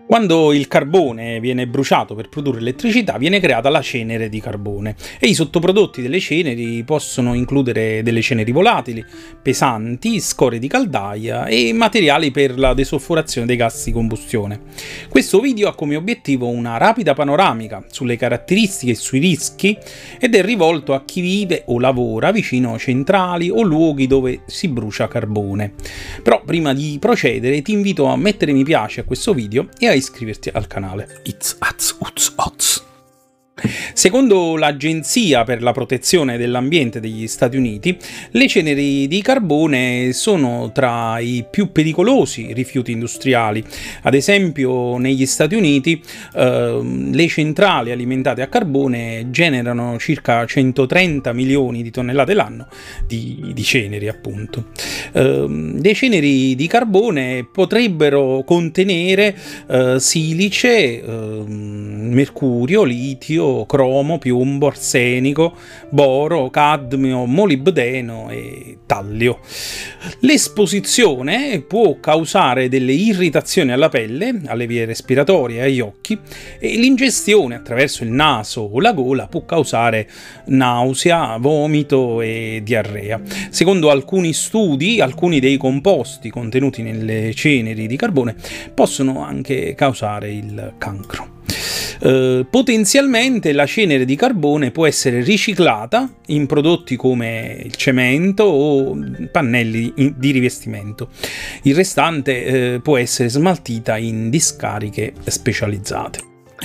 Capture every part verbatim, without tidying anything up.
Quando il carbone viene bruciato per produrre elettricità, viene creata la cenere di carbone e i sottoprodotti delle ceneri possono includere delle ceneri volatili, pesanti, scorie di caldaia e materiali per la desolforazione dei gas di combustione. Questo video ha come obiettivo una rapida panoramica sulle caratteristiche e sui rischi ed è rivolto a chi vive o lavora vicino a centrali o luoghi dove si brucia carbone. Però prima di procedere ti invito a mettere mi piace a questo video e a iscriverti al canale. It's az, uz, oz. Secondo l'Agenzia per la protezione dell'ambiente degli Stati Uniti, le ceneri di carbone sono tra i più pericolosi rifiuti industriali. Ad esempio, negli Stati Uniti eh, le centrali alimentate a carbone generano circa centotrenta milioni di tonnellate l'anno di, di ceneri, appunto. Eh, le ceneri di carbone potrebbero contenere eh, silice, eh, mercurio, litio, cromo, piombo, arsenico, boro, cadmio, molibdeno e tallio. L'esposizione può causare delle irritazioni alla pelle, alle vie respiratorie e agli occhi, e l'ingestione attraverso il naso o la gola può causare nausea, vomito e diarrea. Secondo alcuni studi, alcuni dei composti contenuti nelle ceneri di carbone possono anche causare il cancro. Uh, potenzialmente la cenere di carbone può essere riciclata in prodotti come il cemento o pannelli di rivestimento. Il restante uh, può essere smaltita in discariche specializzate.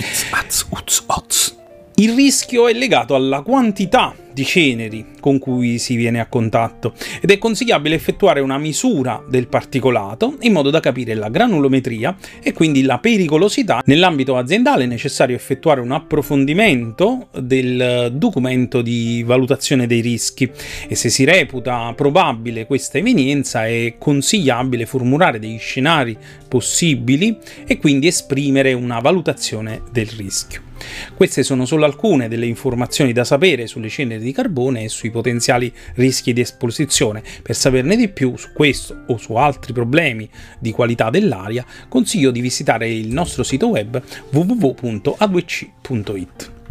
Il rischio è legato alla quantità di ceneri con cui si viene a contatto ed è consigliabile effettuare una misura del particolato in modo da capire la granulometria e quindi la pericolosità. Nell'ambito aziendale è necessario effettuare un approfondimento del documento di valutazione dei rischi e se si reputa probabile questa evenienza è consigliabile formulare degli scenari possibili e quindi esprimere una valutazione del rischio. Queste sono solo alcune delle informazioni da sapere sulle ceneri di carbone e sui potenziali rischi di esposizione. Per saperne di più su questo o su altri problemi di qualità dell'aria, consiglio di visitare il nostro sito web w w w punto a due c punto it.